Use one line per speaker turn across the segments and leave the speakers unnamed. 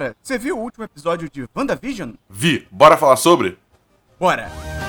Cara, você viu o último episódio de WandaVision?
Vi. Bora falar sobre?
Bora!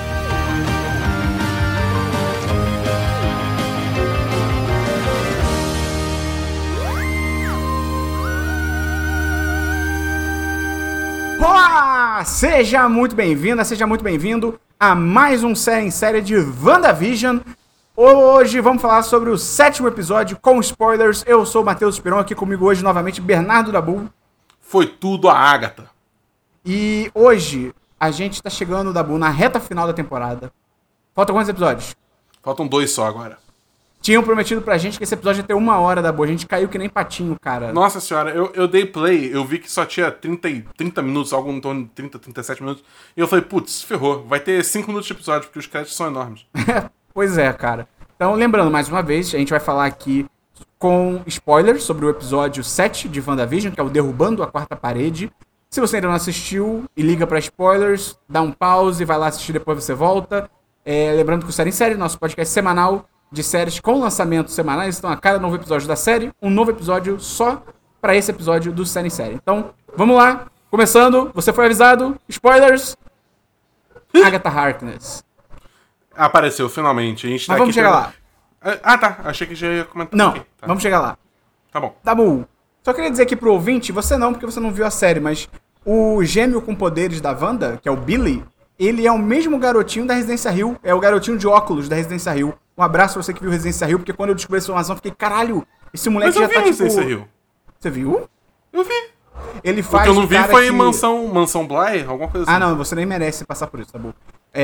Olá! Seja muito bem-vinda, seja muito bem-vindo a mais um Série em Série de WandaVision. Hoje vamos falar sobre o 7º episódio com spoilers. Eu sou o Matheus Esperon, aqui comigo hoje novamente Bernardo Dabu.
Foi tudo a Agatha.
E hoje a gente tá chegando, Dabu, na reta final da temporada. Faltam quantos episódios?
Faltam 2 só agora.
Tinham prometido pra gente que esse episódio ia ter 1 hora, Dabu. A gente caiu que nem patinho, cara.
Nossa senhora, eu dei play, eu vi que só tinha 30 minutos, algo em torno de 30, 37 minutos. E eu falei, putz, ferrou, vai ter 5 minutos de episódio, porque os créditos são enormes.
Pois é, cara. Então, lembrando, mais uma vez, a gente vai falar aqui com spoilers sobre o episódio 7 de WandaVision, que é o Derrubando a Quarta Parede. Se você ainda não assistiu e liga pra spoilers, dá um pause, vai lá assistir, depois você volta. Lembrando que o Série em Série, nosso podcast semanal de séries com lançamentos semanais. Então, a cada novo episódio da série, um novo episódio só pra esse episódio do Série em Série. Então, vamos lá. Começando, você foi avisado. Spoilers. Agatha Harkness.
Apareceu, finalmente. A gente tá
Mas vamos
aqui
chegar lá.
Ah, tá. Achei que já ia comentar.
Não,
aqui. Tá.
vamos chegar lá.
Tá bom.
Dabu, só queria dizer aqui pro ouvinte, você não, porque você não viu a série, mas o gêmeo com poderes da Wanda, que é o Billy, ele é o mesmo garotinho da Residência Hill, é o garotinho de óculos da Residência Hill. Um abraço pra você que viu Residência Hill, porque quando eu descobri essa informação, eu fiquei, caralho, esse moleque já tá tipo...
Residência Hill.
Você viu?
Eu vi.
Ele faz
O que eu não vi foi
que...
Mansão Bly, alguma coisa assim.
Ah, não, você nem merece passar por isso, Dabu.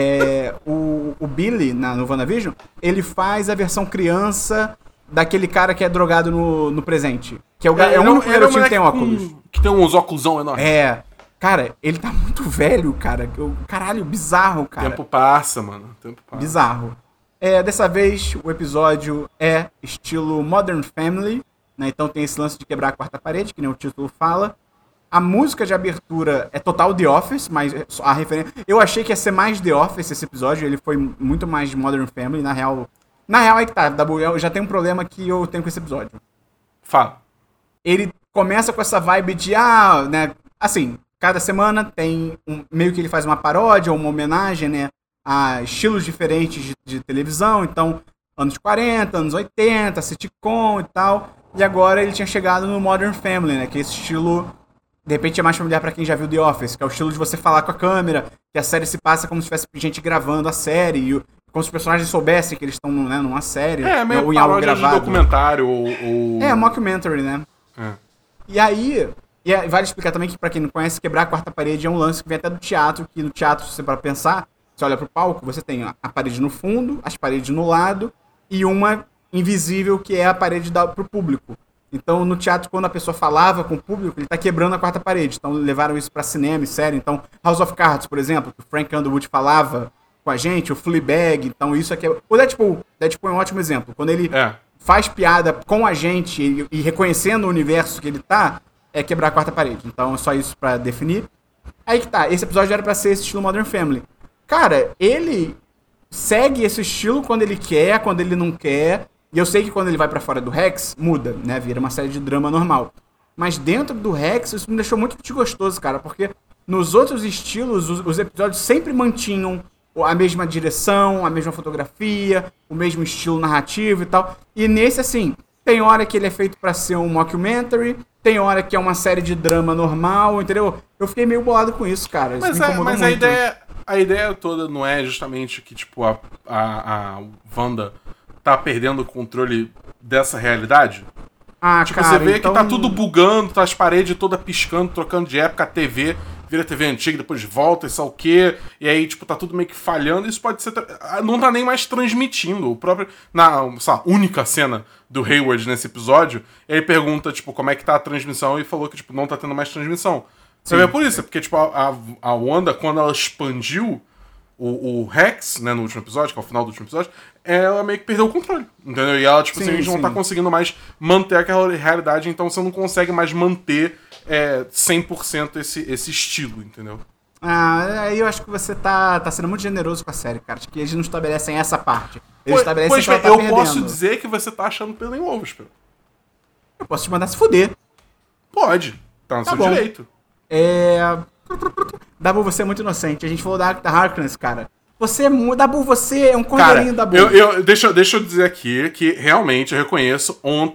O Billy, no WandaVision, ele faz a versão criança daquele cara que é drogado no presente. Que é o único garotinho que tem óculos.
Que tem uns óculosão enormes.
Cara, ele tá muito velho, cara. Caralho, bizarro, cara.
Tempo passa, mano. Tempo passa.
Bizarro. Dessa vez, o episódio é estilo Modern Family, né? Então tem esse lance de quebrar a quarta parede, que nem o título fala. A música de abertura é total The Office, mas a referência... Eu achei que ia ser mais The Office esse episódio, ele foi muito mais de Modern Family, na real é que tá, Dabu, eu já tenho um problema que eu tenho com esse episódio.
Fala.
Ele começa com essa vibe de, né, assim, cada semana tem meio que ele faz uma paródia ou uma homenagem, né, a estilos diferentes de televisão, então, anos 40, anos 80, sitcom e tal, e agora ele tinha chegado no Modern Family, né, que é esse estilo... De repente é mais familiar pra quem já viu The Office, que é o estilo de você falar com a câmera, que a série se passa como se tivesse gente gravando a série, e como se os personagens soubessem que eles estão, né, numa série,
meio
ou em algo
paródia de
gravado.
documentário, ou...
Mockumentary, né? E aí, vale explicar também que pra quem não conhece, quebrar a quarta parede é um lance que vem até do teatro, que no teatro, se você para pensar, você olha pro palco, você tem a parede no fundo, as paredes no lado, e uma invisível que é a parede pro público. Então, no teatro, quando a pessoa falava com o público, ele tá quebrando a quarta parede. Então, levaram isso pra cinema e série. Então, House of Cards, por exemplo, que o Frank Underwood falava com a gente, o Fleabag. Então, isso aqui é... O Deadpool é um ótimo exemplo. Quando ele faz piada com a gente e reconhecendo o universo que ele tá, é quebrar a quarta parede. Então, é só isso pra definir. Aí que tá. Esse episódio era pra ser esse estilo Modern Family. Cara, ele segue esse estilo quando ele quer, quando ele não quer... E eu sei que quando ele vai pra fora do Rex, muda, né? Vira uma série de drama normal. Mas dentro do Rex, isso me deixou muito desgostoso, cara. Porque nos outros estilos, os episódios sempre mantinham a mesma direção, a mesma fotografia, o mesmo estilo narrativo e tal. E nesse, assim, tem hora que ele é feito pra ser um mockumentary, tem hora que é uma série de drama normal, entendeu? Eu fiquei meio bolado com isso, cara. Isso me incomodou muito.
A ideia toda não é justamente que, tipo, a Wanda... tá perdendo o controle dessa realidade? Tipo, cara, você vê então... que tá tudo bugando, tá as paredes todas piscando, trocando de época, a TV vira TV antiga, depois volta e sei o quê, e aí, tipo, tá tudo meio que falhando, isso pode ser... Não tá nem mais transmitindo. O próprio... Na única cena do Hayward nesse episódio, ele pergunta, tipo, como é que tá a transmissão, e falou que, tipo, não tá tendo mais transmissão. Você vê por isso, porque, tipo, a Wanda, quando ela expandiu o Rex, né, no último episódio, que é o final do último episódio, ela meio que perdeu o controle, entendeu? E ela, tipo, assim, não tá conseguindo mais manter aquela realidade, então você não consegue mais manter 100% esse estilo, entendeu?
Aí eu acho que você tá sendo muito generoso com a série, cara. Acho que eles não estabelecem essa parte. Eles estabelecem que ela tá perdendo.
Eu posso dizer que você tá achando pelo em ovos, Pedro.
Eu posso te mandar se fuder.
Pode. Tá no seu direito.
Dabu, você é muito inocente. A gente falou da Agatha Harkness, cara. Dabu, você é um cordeirinho, Dabu.
Deixa eu dizer aqui que realmente eu reconheço,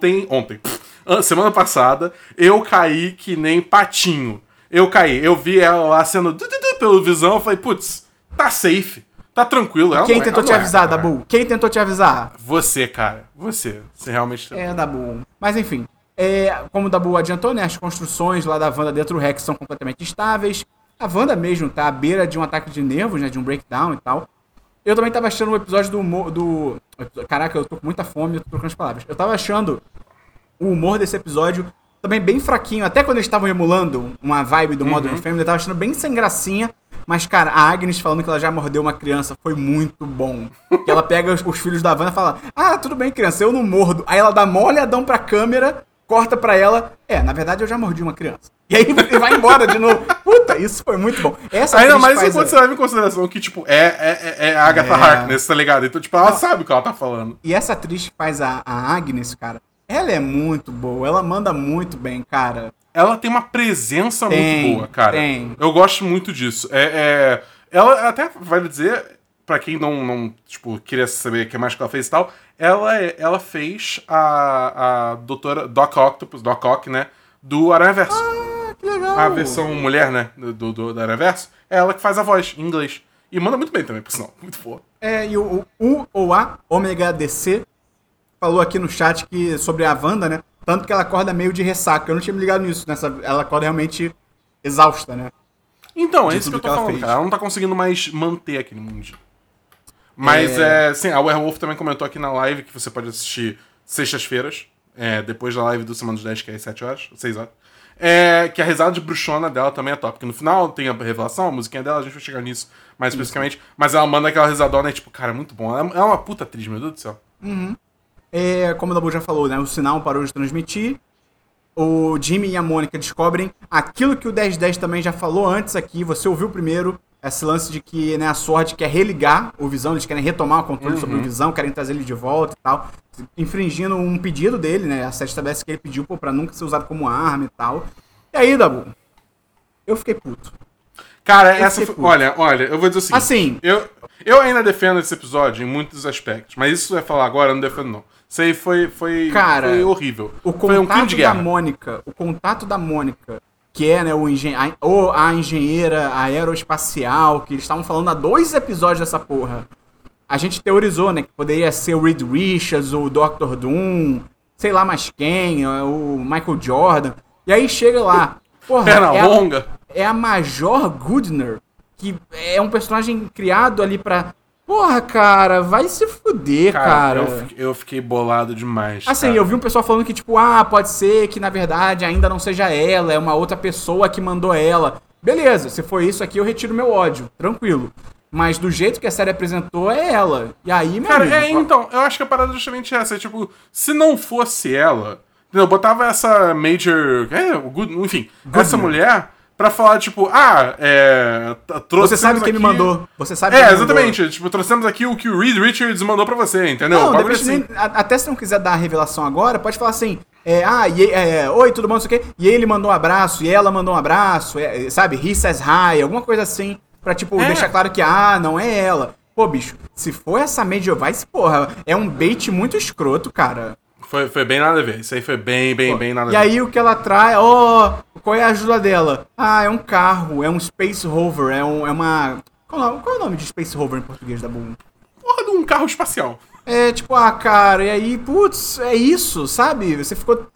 semana passada, eu caí que nem patinho. Eu vi ela lá sendo pelo Visão, eu falei, putz, tá safe, tá tranquilo.
Quem tentou te avisar, Dabu? Quem tentou te avisar?
Você, cara, você realmente tentou.
Dabu. Mas enfim, como o Dabu adiantou, né, as construções lá da Wanda dentro do Rex são completamente estáveis. A Wanda mesmo tá à beira de um ataque de nervos, né, de um breakdown e tal. Eu também tava achando o episódio do... Caraca, eu tô com muita fome, eu tô trocando as palavras. Eu tava achando o humor desse episódio também bem fraquinho. Até quando eles estavam emulando uma vibe do Modern Family, eu tava achando bem sem gracinha. Mas, cara, a Agnes falando que ela já mordeu uma criança foi muito bom. Que ela pega os filhos da Wanda e fala, tudo bem, criança, eu não mordo. Aí ela dá mó olhadão pra câmera, corta pra ela. Na verdade eu já mordi uma criança. E aí vai embora de novo. Puta, isso foi muito bom.
Ainda mais enquanto você leva em consideração que, tipo, é a Agatha Harkness, tá ligado? Então, tipo, ela sabe o que ela tá falando.
E essa atriz que faz a Agnes, cara, ela é muito boa. Ela manda muito bem, cara.
Ela tem uma presença muito boa, cara. Eu gosto muito disso. Ela até, vale dizer, pra quem não tipo, queria saber o que mais que ela fez e tal, ela fez a doutora Doc Ock, né, do Aranhaverso.
Que legal.
A versão mulher, né, do Aranhaverso, é ela que faz a voz em inglês. E manda muito bem também, por sinal. Muito boa.
E o Omega DC falou aqui no chat sobre a Wanda, né? Tanto que ela acorda meio de ressaca. Eu não tinha me ligado nisso. Ela acorda realmente exausta, né?
Então, é isso que eu tô falando, cara. Ela não tá conseguindo mais manter aquele mundinho. Mas, sim, a Werewolf também comentou aqui na live que você pode assistir sextas-feiras, depois da live do Semana dos 10, que é às 7 horas, 6 horas. Que a risada de bruxona dela também é top. Porque no final tem a revelação, a musiquinha dela, a gente vai chegar nisso mais especificamente. Mas ela manda aquela risadona e, tipo, cara, é muito bom. Ela é uma puta atriz, meu Deus do céu.
Como o Dabu já falou, né? O sinal parou de transmitir. O Jimmy e a Mônica descobrem aquilo que o 1010 também já falou antes aqui. Você ouviu primeiro esse lance de que, né, a SWORD quer religar o Visão. Eles querem retomar o controle sobre o Visão, querem trazer ele de volta e tal. Infringindo um pedido dele, né? A série estabelece que ele pediu pra nunca ser usado como arma e tal. E aí, Dabu, eu fiquei puto.
Cara, olha, eu vou dizer o seguinte.
Assim,
eu ainda defendo esse episódio em muitos aspectos, mas isso vai falar agora, eu não defendo não. Isso aí foi horrível.
O contato da Mônica, que é, né, a engenheira aeroespacial, que eles estavam falando há 2 episódios dessa porra. A gente teorizou, né, que poderia ser o Reed Richards, o Dr. Doom, sei lá mais quem, o Michael Jordan. E aí chega lá, porra,
perna longa.
É a Major Goodner, que é um personagem criado ali pra... Porra, cara, vai se fuder, cara.
Eu fiquei bolado demais.
Assim,
cara.
Eu vi um pessoal falando que, tipo, pode ser que, na verdade, ainda não seja ela, é uma outra pessoa que mandou ela. Beleza, se for isso aqui, eu retiro meu ódio, tranquilo. Mas do jeito que a série apresentou, é ela. E aí, meu amigo...
Então, eu acho que a parada é justamente essa. Tipo, se não fosse ela... Entendeu? Botava essa Major... enfim, essa mulher... Pra falar, tipo,
você sabe quem me mandou. Você sabe
quem exatamente. Mandou. Tipo, trouxemos aqui o que o Reed Richards mandou pra você, entendeu?
Não, assim. Até se não quiser dar a revelação agora, pode falar assim, oi, tudo bom, não sei o quê. E ele mandou um abraço, e ela mandou um abraço, sabe? He says hi, alguma coisa assim, pra, tipo, deixar claro que, não é ela. Pô, bicho, se for essa Major Vice, porra, é um bait muito escroto, cara.
Foi bem nada a ver. Isso aí foi bem nada a ver.
E aí o que ela traz... qual é a ajuda dela? É um carro, é um Space Rover, é uma... Qual é o nome de Space Rover em português, da Boom?
Porra de um carro espacial.
Cara, e aí, putz, é isso, sabe? Você ficou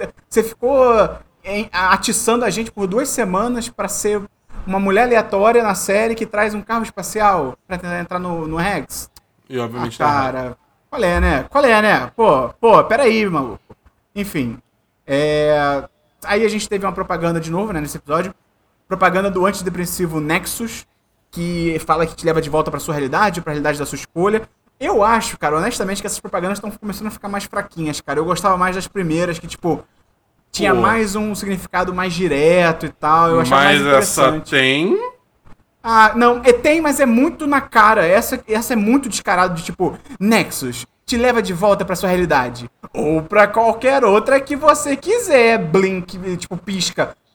atiçando a gente por 2 semanas pra ser uma mulher aleatória na série que traz um carro espacial pra tentar entrar no Rex.
E obviamente
cara... Qual é, né? Pô, peraí, maluco. Enfim. Aí a gente teve uma propaganda de novo, né, nesse episódio. Propaganda do antidepressivo Nexus, que fala que te leva de volta pra sua realidade, pra realidade da sua escolha. Eu acho, cara, honestamente, que essas propagandas estão começando a ficar mais fraquinhas, cara. Eu gostava mais das primeiras, que, tipo, tinha mais um significado mais direto e tal. Eu achava mais interessante.
Mas essa tem...
não, tem, mas é muito na cara. Essa é muito descarado de tipo, Nexus, te leva de volta pra sua realidade. Ou pra qualquer outra que você quiser. Blink, tipo, pisca.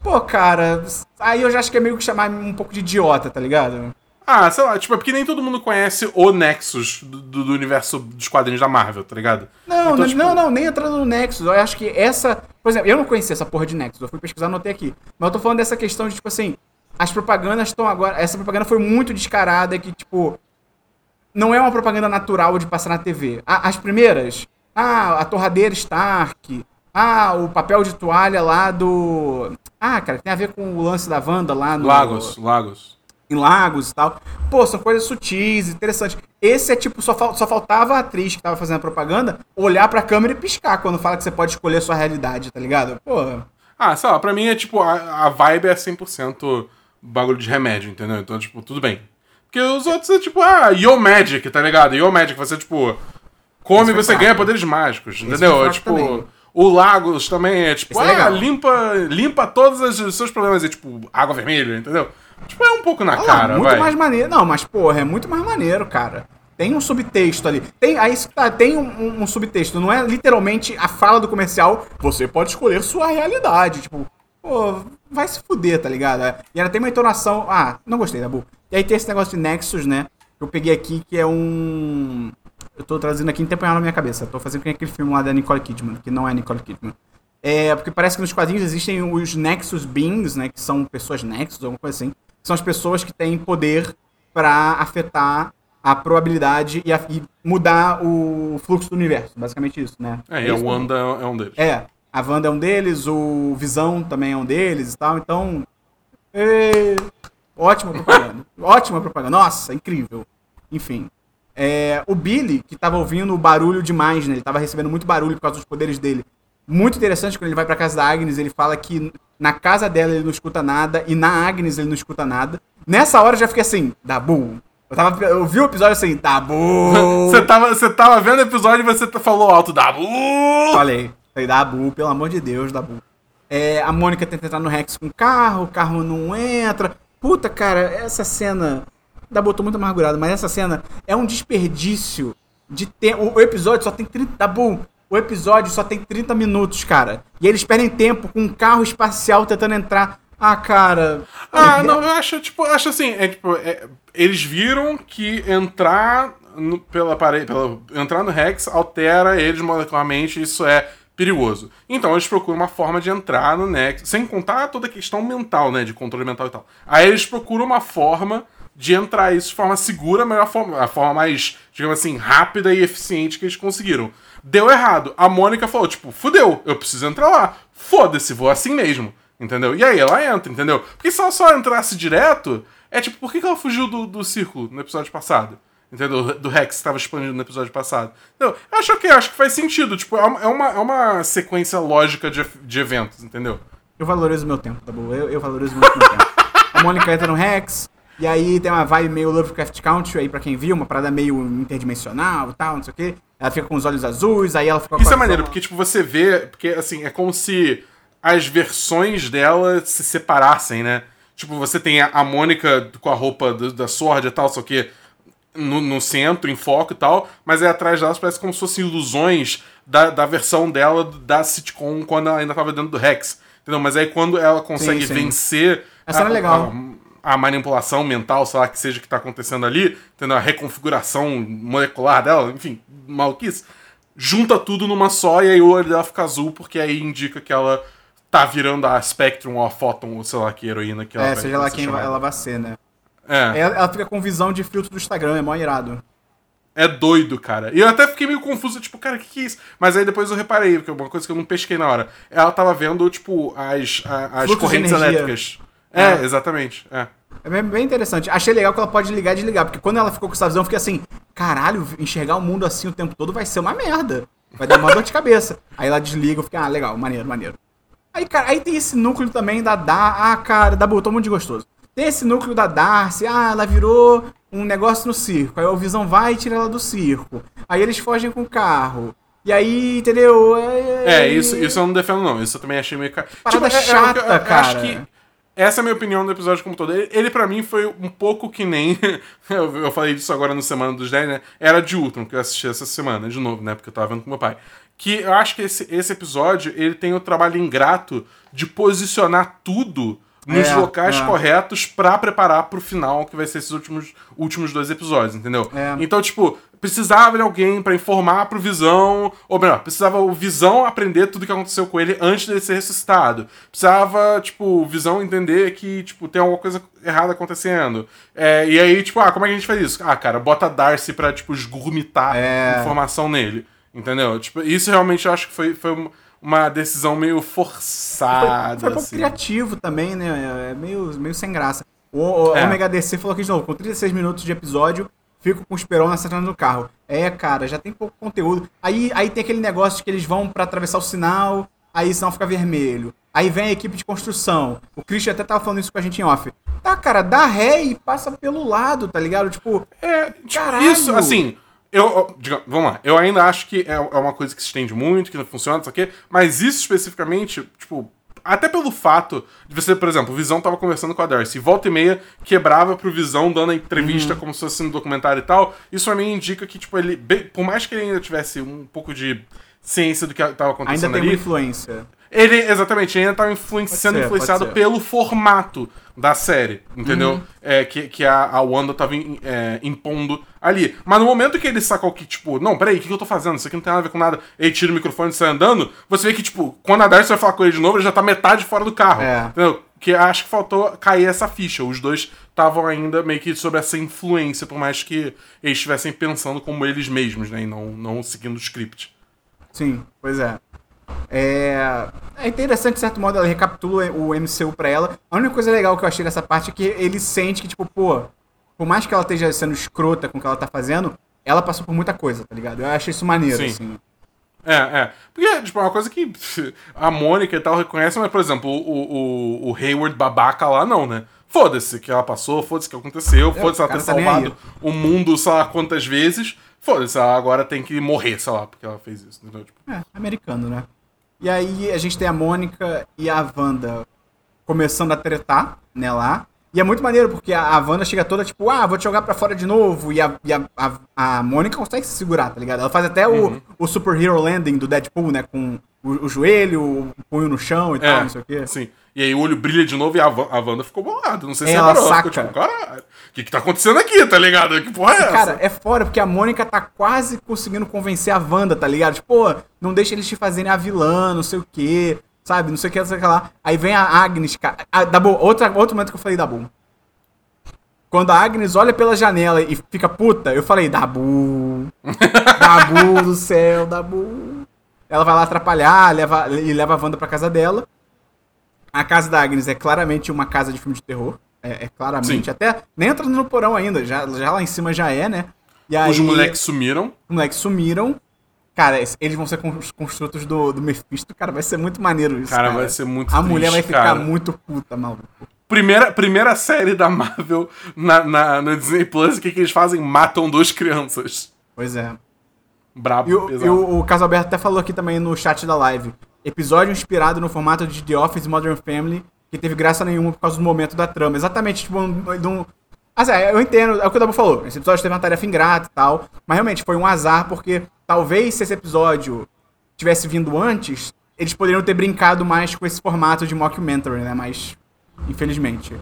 Pô, cara, aí eu já acho que é meio que chamar um pouco de idiota, tá ligado?
Ah, sei lá, tipo, é porque nem todo mundo conhece o Nexus do universo dos quadrinhos da Marvel, tá ligado?
Não, então, não, nem entrando no Nexus. Eu acho que essa... Por exemplo, eu não conhecia essa porra de Nexus, eu fui pesquisar, anotei aqui. Mas eu tô falando dessa questão de, tipo assim, as propagandas estão agora... Essa propaganda foi muito descarada, que, tipo... Não é uma propaganda natural de passar na TV. As primeiras... a torradeira Stark... o papel de toalha lá do... cara, tem a ver com o lance da Wanda lá no...
Lagos.
Em Lagos e tal. Pô, são coisas sutis, interessantes. Esse é tipo, só faltava a atriz que tava fazendo a propaganda olhar pra câmera e piscar quando fala que você pode escolher a sua realidade, tá ligado? Pô.
Sei lá, pra mim é tipo, a vibe é 100% bagulho de remédio, entendeu? Então, tipo, tudo bem. Porque os outros é tipo, Yo Magic, tá ligado? Yo Magic, você, tipo, come e você ganha poderes mágicos, entendeu? Tipo, também. O Lagos também é tipo, limpa todos os seus problemas, é tipo, água vermelha, entendeu? Tipo, é um pouco na cara,
muito mais maneiro. Não, mas, porra, é muito mais maneiro, cara. Tem um subtexto ali. Tem um subtexto. Não é literalmente a fala do comercial. Você pode escolher sua realidade. Tipo, pô, vai se fuder, tá ligado? E ela tem uma entonação... não gostei, Dabu. E aí tem esse negócio de Nexus, né? Que eu peguei aqui, que é um... Eu tô trazendo aqui em tempo real na minha cabeça. Tô fazendo com aquele filme lá da Nicole Kidman, que não é Nicole Kidman. Porque parece que nos quadrinhos existem os Nexus Beings, né? Que são pessoas Nexus, alguma coisa assim. São as pessoas que têm poder pra afetar a probabilidade e mudar o fluxo do universo. Basicamente isso, né?
E a Wanda é um deles.
A Wanda é um deles, o Visão também é um deles e tal. Então, ótima propaganda. Ótima propaganda. Nossa, incrível. Enfim. O Billy, que tava ouvindo barulho demais, né? Ele tava recebendo muito barulho por causa dos poderes dele. Muito interessante, quando ele vai pra casa da Agnes, ele fala que na casa dela ele não escuta nada e na Agnes ele não escuta nada. Nessa hora eu já fiquei assim, Dabu. Eu vi o episódio assim, Dabu.
Você tava vendo o episódio e você falou alto, Dabu.
Falei, Dabu, pelo amor de Deus, Dabu. A Mônica tenta entrar no Rex com o carro não entra. Puta, cara, essa cena... Dabu, eu tô muito amargurado, mas essa cena é um desperdício de tempo. O episódio só tem 30... Dabu... O episódio só tem 30 minutos, cara. E eles perdem tempo com um carro espacial tentando entrar. Cara...
não, eu acho assim, eles viram que entrar entrar no Rex altera eles molecularmente, isso é perigoso. Então eles procuram uma forma de entrar no Nexus, sem contar toda a questão mental, né, de controle mental e tal. Aí eles procuram uma forma de entrar isso de forma segura, a forma mais, digamos assim, rápida e eficiente que eles conseguiram. Deu errado. A Mônica falou, tipo, fudeu, eu preciso entrar lá. Foda-se, vou assim mesmo. Entendeu? E aí ela entra, entendeu? Porque se ela só entrasse direto, tipo, por que ela fugiu do círculo no episódio passado? Entendeu? Do Rex que estava expandido no episódio passado. Entendeu? Acho que faz sentido. Tipo, é uma sequência lógica de eventos, entendeu?
Eu valorizo o meu tempo, tá bom? Eu valorizo muito o meu tempo. A Mônica entra no Rex, e aí tem uma vibe meio Lovecraft Country aí pra quem viu, uma parada meio interdimensional e tal, não sei o quê. Ela fica com os olhos azuis, aí ela fica com
Isso é maneiro, porque tipo, você vê, porque assim, é como se as versões dela se separassem, né? Tipo, você tem a Mônica com a roupa da Sword e tal, só que no centro, em foco e tal, mas aí atrás delas parece como se fossem ilusões da versão dela da sitcom quando ela ainda tava dentro do Rex. Entendeu? Mas aí quando ela consegue vencer
essa é legal.
A manipulação mental, sei lá, que seja que tá acontecendo ali, entendeu? A reconfiguração molecular dela, enfim, maluquice, junta tudo numa só e aí o olho dela fica azul, porque aí indica que ela tá virando a Spectrum ou a Photon, ou sei lá que heroína que ela
seja lá quem ela vai ser, né? Ela fica com visão de filtro do Instagram, é mó irado.
É doido, cara. E eu até fiquei meio confuso, tipo, cara, o que é isso? Mas aí depois eu reparei, porque é uma coisa que eu não pesquei na hora. Ela tava vendo, tipo, as correntes elétricas. Exatamente.
É bem interessante. Achei legal que ela pode ligar e desligar, porque quando ela ficou com essa visão, eu fiquei assim, caralho, enxergar o mundo assim o tempo todo vai ser uma merda. Vai dar uma dor de cabeça. Aí ela desliga, eu fiquei, legal, maneiro. Aí, cara, aí tem esse núcleo também da cara, da botou muito de gostoso. Tem esse núcleo da Darcy, ela virou um negócio no circo. Aí o Visão vai e tira ela do circo. Aí eles fogem com o carro. E aí, entendeu?
Isso eu não defendo, não. Isso eu também achei meio...
Parada chata, cara.
essa é a minha opinião do episódio como todo. Ele pra mim foi um pouco que nem... eu falei disso agora no Semana dos 10, né? Era de Ultron, que eu assisti essa semana, de novo, né? Porque eu tava vendo com meu pai. Que eu acho que esse episódio, ele tem o trabalho ingrato de posicionar tudo nos locais corretos pra preparar pro final, que vai ser esses últimos 2 episódios, entendeu? Então, tipo, precisava de alguém pra informar pro Visão, ou melhor, precisava o Visão aprender tudo que aconteceu com ele antes dele ser ressuscitado. Precisava, tipo, o Visão entender que, tipo, tem alguma coisa errada acontecendo. E aí, tipo, como é que a gente faz isso? Cara, bota Darcy pra, tipo, esgurmitar informação nele, entendeu? Tipo, isso realmente eu acho que foi uma decisão meio forçada.
Foi um pouco criativo também, né? É meio sem graça. O Omega DC falou aqui de novo, com 36 minutos de episódio, fico com o Esperon na cena do carro. Cara, já tem pouco conteúdo. Aí tem aquele negócio de que eles vão pra atravessar o sinal, aí o sinal fica vermelho. Aí vem a equipe de construção. O Christian até tava falando isso com a gente em off. Tá, cara, dá ré e passa pelo lado, tá ligado? Tipo, caralho.
Isso, assim... vamos lá, eu ainda acho que é uma coisa que se estende muito, que não funciona, não sei o quê, mas isso especificamente, tipo, até pelo fato de você, por exemplo, o Visão tava conversando com a Darcy, volta e meia quebrava pro Visão dando a entrevista como se fosse no documentário e tal, isso pra mim indica que, tipo, ele, por mais que ele ainda tivesse um pouco de ciência do que tava acontecendo
ainda tem
ali...
uma influência.
Ele, exatamente, ainda tava sendo influenciado pelo formato da série, entendeu? Que a Wanda tava impondo ali. Mas no momento que ele sacou que, tipo, não, peraí, o que eu tô fazendo? Isso aqui não tem nada a ver com nada. Ele tira o microfone e sai andando, você vê que, tipo, quando a Darcy vai falar com ele de novo, ele já tá metade fora do carro. Entendeu? Que acho que faltou cair essa ficha. Os dois estavam ainda meio que sob essa influência, por mais que eles estivessem pensando como eles mesmos, né? E não seguindo o script.
Sim, pois é. É interessante, de certo modo, ela recapitula o MCU pra ela. A única coisa legal que eu achei dessa parte é que ele sente que, tipo, por mais que ela esteja sendo escrota com o que ela tá fazendo, ela passou por muita coisa, tá ligado? Eu achei isso maneiro,
Sim.
assim.
Porque, tipo, é uma coisa que a Mônica e tal reconhece, mas, por exemplo, o Hayward babaca lá, não, né? Foda-se que ela passou, foda-se que aconteceu, foda-se ela ter salvado o mundo, sei lá quantas vezes. Foda-se, ela agora tem que morrer, sei lá, porque ela fez isso, entendeu? Tipo...
americano, né? E aí a gente tem a Mônica e a Wanda começando a tretar, né, lá. E é muito maneiro, porque a Wanda chega toda tipo, vou te jogar pra fora de novo. E a Mônica consegue se segurar, tá ligado? Ela faz até o Super Hero Landing do Deadpool, né? Com o joelho, o punho no chão e tal, não sei o quê.
Sim. E aí o olho brilha de novo e a Wanda ficou bolada. Não sei se
ela saca.
Ficou tipo, caralho, o que tá acontecendo aqui, tá ligado? Que porra é essa?
Cara, é fora, porque a Mônica tá quase conseguindo convencer a Wanda, tá ligado? Tipo, não deixa eles te fazerem a vilã, não sei o quê, sabe? Não sei o que, não sei o que lá. Aí vem a Agnes, cara. Outro momento que eu falei Dabu. Quando a Agnes olha pela janela e fica puta, eu falei, Dabu. Dabu do céu, Dabu. Ela vai lá atrapalhar, leva a Wanda pra casa dela. A casa da Agnes é claramente uma casa de filme de terror. Claramente. Sim. Até nem entrando no porão ainda. Já lá em cima já é, né? E aí,
os moleques sumiram.
Os moleques sumiram. Cara, eles vão ser construtos do Mephisto. Cara, vai ser muito maneiro isso.
Cara, vai ser muito
A triste, mulher vai ficar muito puta, maluco.
Primeira série da Marvel no Disney Plus, o que eles fazem? Matam 2 crianças.
Pois é.
Brabo,
pesado. E o Caso Alberto até falou aqui também no chat da live. Episódio inspirado no formato de The Office e Modern Family, que teve graça nenhuma por causa do momento da trama. Exatamente, tipo, eu entendo, é o que o Dabu falou. Esse episódio teve uma tarefa ingrata e tal, mas realmente foi um azar, porque talvez se esse episódio tivesse vindo antes, eles poderiam ter brincado mais com esse formato de mockumentary, né? Mas, infelizmente.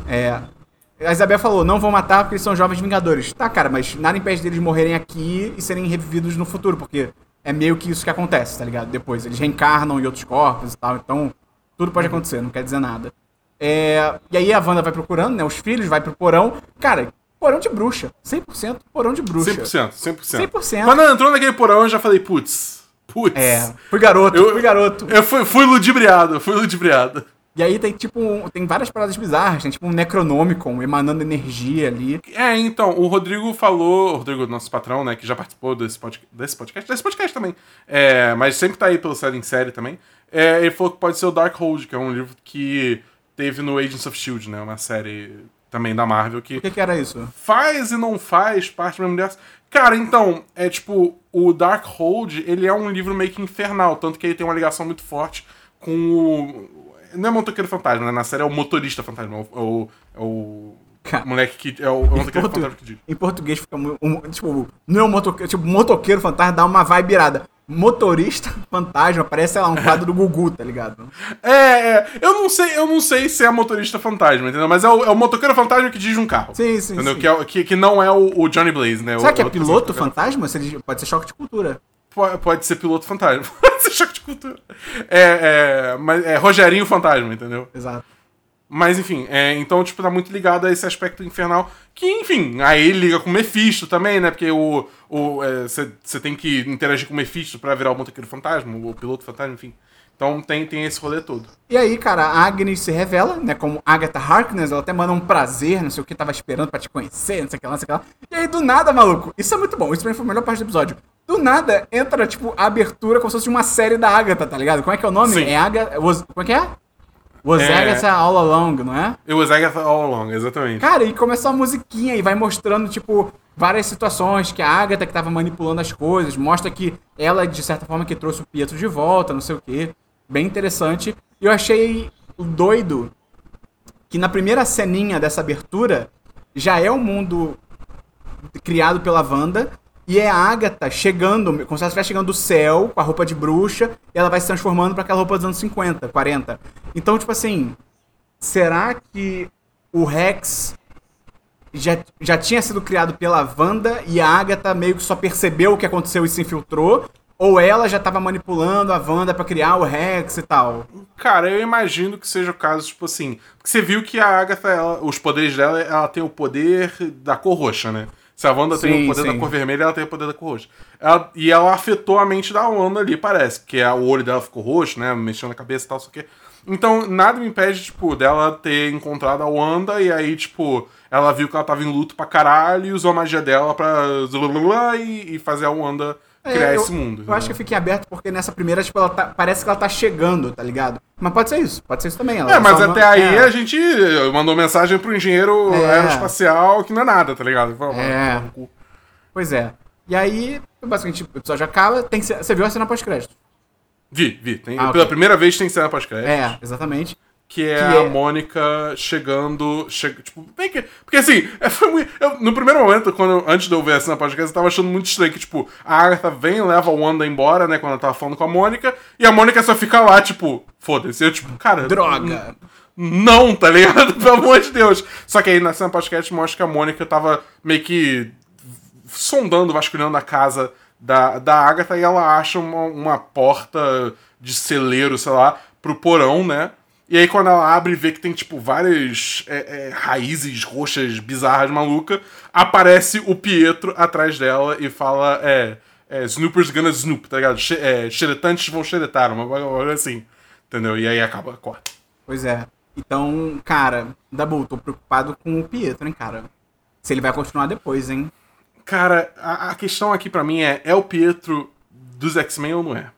A Isabel falou, não vão matar porque eles são jovens vingadores. Tá, cara, mas nada impede deles morrerem aqui e serem revividos no futuro, porque é meio que isso que acontece, tá ligado? Depois, eles reencarnam em outros corpos e tal, então tudo pode acontecer, não quer dizer nada. E aí a Wanda vai procurando, né? Os filhos, vai pro porão. Cara, porão de bruxa. 100% porão de bruxa.
100%. Quando ela entrou naquele porão, eu já falei, putz.
Fui garoto.
Eu fui ludibriado.
E aí tem várias paradas bizarras, tem tipo um Necronomicon emanando energia ali.
Então, o Rodrigo falou, nosso patrão, né, que já participou desse podcast também, mas sempre tá aí pelo Série em Série também, ele falou que pode ser o Darkhold, que é um livro que teve no Agents of S.H.I.E.L.D., né, uma série também da Marvel que...
O que era isso?
Faz e não faz parte do mesmo universo. Cara, então, o Darkhold, ele é um livro meio que infernal, tanto que ele tem uma ligação muito forte com Não é motoqueiro fantasma, né? Na série é o motorista fantasma. É o moleque que... É o motoqueiro fantasma que diz.
Em português fica tipo... Não é um motoqueiro... Tipo, motoqueiro fantasma dá uma vibe irada. Motorista fantasma parece, sei lá, um quadro do Gugu, tá ligado?
Eu não sei se é motorista fantasma, entendeu? Mas é o motoqueiro fantasma que dirige um carro.
Sim.
Entendeu? Que não é o Johnny Blaze, né?
Será que é piloto fantasma? Pode ser choque de cultura.
Pode ser piloto fantasma. Pode ser choque de cultura. Mas é Rogerinho fantasma, entendeu?
Exato.
Mas, enfim, então, tipo, tá muito ligado a esse aspecto infernal. Que, enfim, aí ele liga com o Mephisto também, né? Porque você tem que interagir com o Mephisto pra virar o motoqueiro fantasma, o piloto fantasma, enfim. Então tem esse rolê todo.
E aí, cara, a Agnes se revela, né? Como Agatha Harkness, ela até manda um prazer, não sei o que, tava esperando pra te conhecer, não sei o que lá, não sei o que lá. E aí, do nada, maluco, isso é muito bom, isso pra mim foi a melhor parte do episódio. Do nada, entra, tipo, a abertura como se fosse uma série da Agatha, tá ligado? Como é que é o nome?
Sim.
Como é que é? Was Agatha All Along, não é?
It was Agatha All Along, exatamente.
Cara, e começa uma musiquinha e vai mostrando, tipo, várias situações que a Agatha que tava manipulando as coisas, mostra que ela, de certa forma, que trouxe o Pietro de volta, não sei o quê. Bem interessante. E eu achei doido que na primeira ceninha dessa abertura já é um mundo criado pela Wanda e é a Agatha chegando, como se ela estivesse chegando do céu com a roupa de bruxa e ela vai se transformando pra aquela roupa dos anos 50, 40. Então, tipo assim, será que o Rex já tinha sido criado pela Wanda e a Agatha meio que só percebeu o que aconteceu e se infiltrou? Ou ela já tava manipulando a Wanda pra criar o Rex e tal?
Cara, eu imagino que seja o caso, tipo assim... Porque você viu que a Agatha, os poderes dela, ela tem o poder da cor roxa, né? Se a Wanda tem o poder da cor vermelha, ela tem o poder da cor roxa. E ela afetou a mente da Wanda ali, parece. Porque o olho dela ficou roxo, né? Mexendo na cabeça e tal, só que... Então, nada me impede, tipo, dela ter encontrado a Wanda e aí, tipo... Ela viu que ela tava em luto pra caralho e usou a magia dela pra... E fazer a Wanda... criar esse mundo.
Eu acho que eu fiquei aberto porque nessa primeira, tipo, parece que ela tá chegando, tá ligado? Mas pode ser isso também.
Mas até aí a gente mandou mensagem pro engenheiro aeroespacial que não é nada, tá ligado?
Pois é. E aí, basicamente, o episódio acaba, você viu a cena pós-crédito?
Vi. Pela primeira vez tem cena pós-crédito.
Exatamente.
Que é a Mônica chegando. Tipo, porque assim, foi muito. No primeiro momento, antes de eu ver a cena podcast, eu tava achando muito estranho que, tipo, a Agatha vem e leva a Wanda embora, né? Quando ela tava falando com a Mônica, e a Mônica só fica lá, tipo, foda-se. Eu, tipo, cara.
Droga!
Não, tá ligado? Pelo amor de Deus. Só que aí na cena podcast mostra que a Mônica tava meio que sondando, vasculhando a casa da Agatha e ela acha uma porta de celeiro, sei lá, pro porão, né? E aí quando ela abre e vê que tem, tipo, várias raízes roxas bizarras, malucas, aparece o Pietro atrás dela e fala, Snoopers gonna snoop, tá ligado? Xeretantes vão xeretar, uma coisa assim, entendeu? E aí corta.
Pois é. Então, cara, Dabu, tô preocupado com o Pietro, hein, cara? Se ele vai continuar depois, hein?
Cara, a questão aqui pra mim é o Pietro dos X-Men ou não é?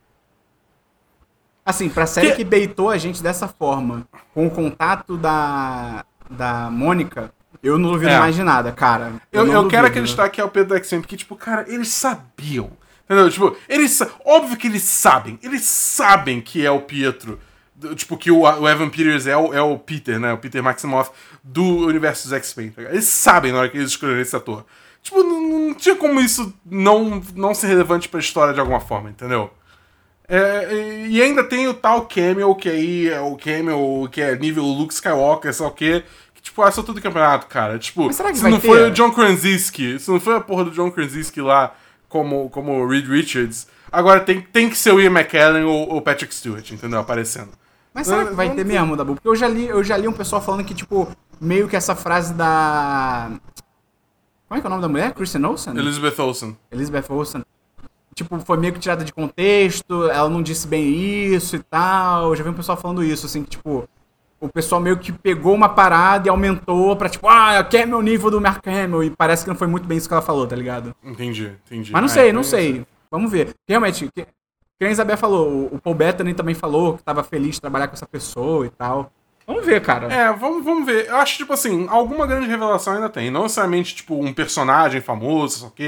Assim, pra série que baitou a gente dessa forma, com o contato da Mônica, eu não duvido mais de nada, cara.
Eu quero acreditar que é o Pedro X-Men, porque, tipo, cara, eles sabiam. Entendeu? Tipo, óbvio que eles sabem que é o Pietro. Tipo, que o Evan Peters é o Peter, né? O Peter Maximoff do universo dos X-Men. Tá? Eles sabem na hora que eles escolheram esse ator. Tipo, não tinha como isso não ser relevante pra história de alguma forma, entendeu? E ainda tem o tal cameo, que aí é o cameo que é nível Luke Skywalker, sei lá o quê. Que, tipo, essa altura do campeonato, cara. Tipo, se não foi o John Krasinski, se não foi a porra do John Krasinski lá como o Reed Richards, agora tem que ser o Ian McKellen ou o Patrick Stewart, entendeu? Aparecendo.
Mas será que vai ter mesmo, Dabu? Porque eu já li um pessoal falando que, tipo, meio que essa frase da... Como é que é o nome da mulher? Kristen Olsen?
Elizabeth
Olsen. Tipo, foi meio que tirada de contexto, ela não disse bem isso e tal. Eu já vi um pessoal falando isso, assim, que, tipo, o pessoal meio que pegou uma parada e aumentou pra, tipo, cameo nível do Mark Hamill. E parece que não foi muito bem isso que ela falou, tá ligado?
Entendi.
Mas não sei. Vamos ver. Realmente, que a Isabel falou, o Paul Bettany também falou que tava feliz de trabalhar com essa pessoa e tal. Vamos ver, cara.
Vamos ver. Eu acho, tipo assim, alguma grande revelação ainda tem. Não necessariamente, tipo, um personagem famoso, só que...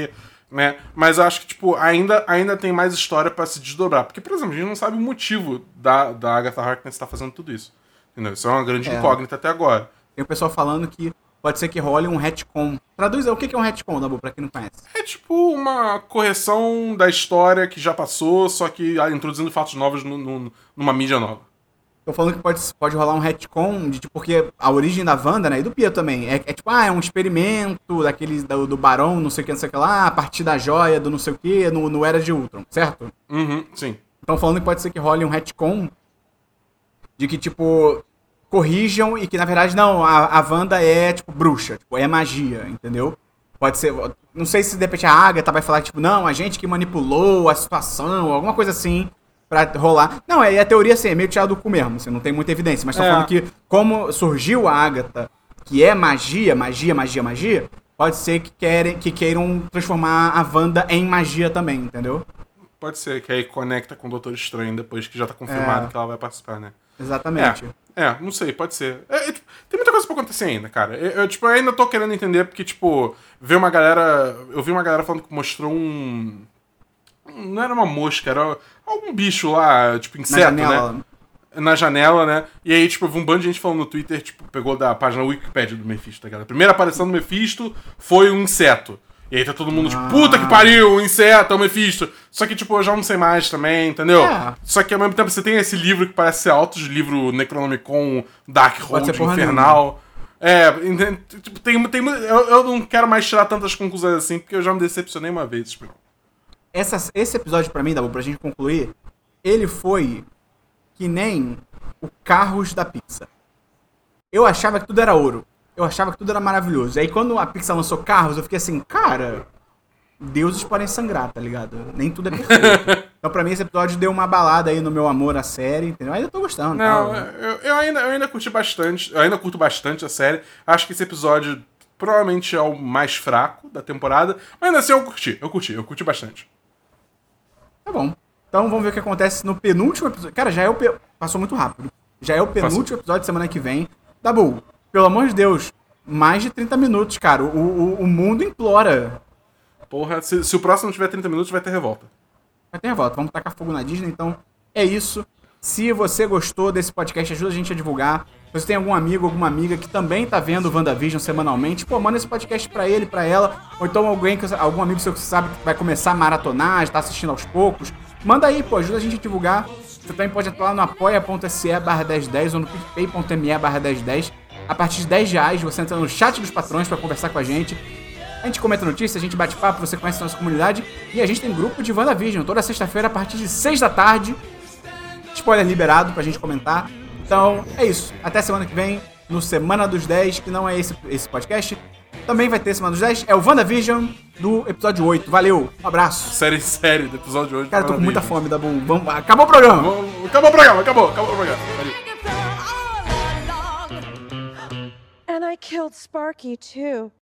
né? Mas eu acho que, tipo, ainda tem mais história pra se desdobrar. Porque, por exemplo, a gente não sabe o motivo da Agatha Harkness estar fazendo tudo isso. Entendeu? Isso é uma grande incógnita até agora.
Tem o pessoal falando que pode ser que role um retcon. Traduz o que é um retcon, Dabu, pra quem não conhece.
É tipo uma correção da história que já passou, só que introduzindo fatos novos numa mídia nova.
Tô falando que pode rolar um retcon, porque a origem da Wanda, né, e do Pietro também, é tipo, é um experimento do Barão, não sei o que lá, a partir da joia, do não sei o que, no Era de Ultron, certo?
Uhum, sim.
Então falando que pode ser que role um retcon de que, tipo, corrijam e que, na verdade, não, a Wanda é, tipo, bruxa, tipo, é magia, entendeu? Pode ser, não sei se de repente a Agatha vai falar, tipo, não, a gente que manipulou a situação, alguma coisa assim, pra rolar. Não, a teoria, assim, é meio tirada do cu mesmo, assim, não tem muita evidência, mas tô falando que, como surgiu a Agatha, que é magia, pode ser que queiram transformar a Wanda em magia também, entendeu?
Pode ser, que aí conecta com o Doutor Estranho depois que já tá confirmado que ela vai participar, né?
Exatamente.
Não sei, pode ser. Tem muita coisa pra acontecer ainda, cara. Eu ainda tô querendo entender, porque, tipo, eu vi uma galera falando que mostrou um... Não era uma mosca, era algum bicho lá, tipo, inseto, né? Na janela, né? E aí, tipo, eu vi um bando de gente falando no Twitter, tipo, pegou da página Wikipedia do Mephisto, tá ligado? A primeira aparição do Mephisto foi um inseto. E aí tá todo mundo, tipo, puta que pariu, um inseto, é o Mephisto. Só que, tipo, eu já não sei mais também, entendeu? Só que ao mesmo tempo você tem esse livro que parece ser altos livro Necronomicon, Darkhold, Infernal. Tipo, eu não quero mais tirar tantas conclusões assim, porque eu já me decepcionei uma vez, tipo.
Esse episódio pra mim, Dabu, pra gente concluir, ele foi que nem o Carros da Pixar. Eu achava que tudo era ouro. Eu achava que tudo era maravilhoso. E aí quando a Pixar lançou Carros, eu fiquei assim, cara, deuses podem sangrar, tá ligado? Nem tudo é perfeito. Então pra mim esse episódio deu uma balada aí no meu amor à série, entendeu? Ainda tô gostando.
Não, eu ainda curti bastante, eu ainda curto bastante a série. Acho que esse episódio provavelmente é o mais fraco da temporada. Mas ainda assim eu curti bastante.
Tá bom. Então vamos ver o que acontece no penúltimo episódio. Cara, passou muito rápido. Já é o penúltimo episódio de semana que vem. Dabu, pelo amor de Deus, mais de 30 minutos, cara. O mundo implora.
Porra, se o próximo não tiver 30 minutos, vai ter revolta.
Vai ter revolta. Vamos tacar fogo na Disney, então é isso. Se você gostou desse podcast, ajuda a gente a divulgar. Se você tem algum amigo, alguma amiga que também tá vendo o WandaVision semanalmente, pô, manda esse podcast pra ele, pra ela. Ou então algum amigo seu que você sabe que vai começar a maratonar, tá assistindo aos poucos. Manda aí, pô, ajuda a gente a divulgar. Você também pode atuar lá no apoia.se/1010 ou no picpay.me/1010. A partir de R$10 você entra no chat dos patrões pra conversar com a gente. A gente comenta notícias, a gente bate papo, você conhece a nossa comunidade. E a gente tem grupo de WandaVision toda sexta-feira a partir de 6 da tarde. Spoiler liberado pra gente comentar. Então, é isso. Até semana que vem, no Semana dos 10, que não é esse podcast. Também vai ter Semana dos 10. É o WandaVision do episódio 8. Valeu, um abraço.
Série do episódio 8.
Cara, tô com muita fome, Dabu. Acabou o programa.
Acabou o programa. Valeu.
And I killed Sparky, too.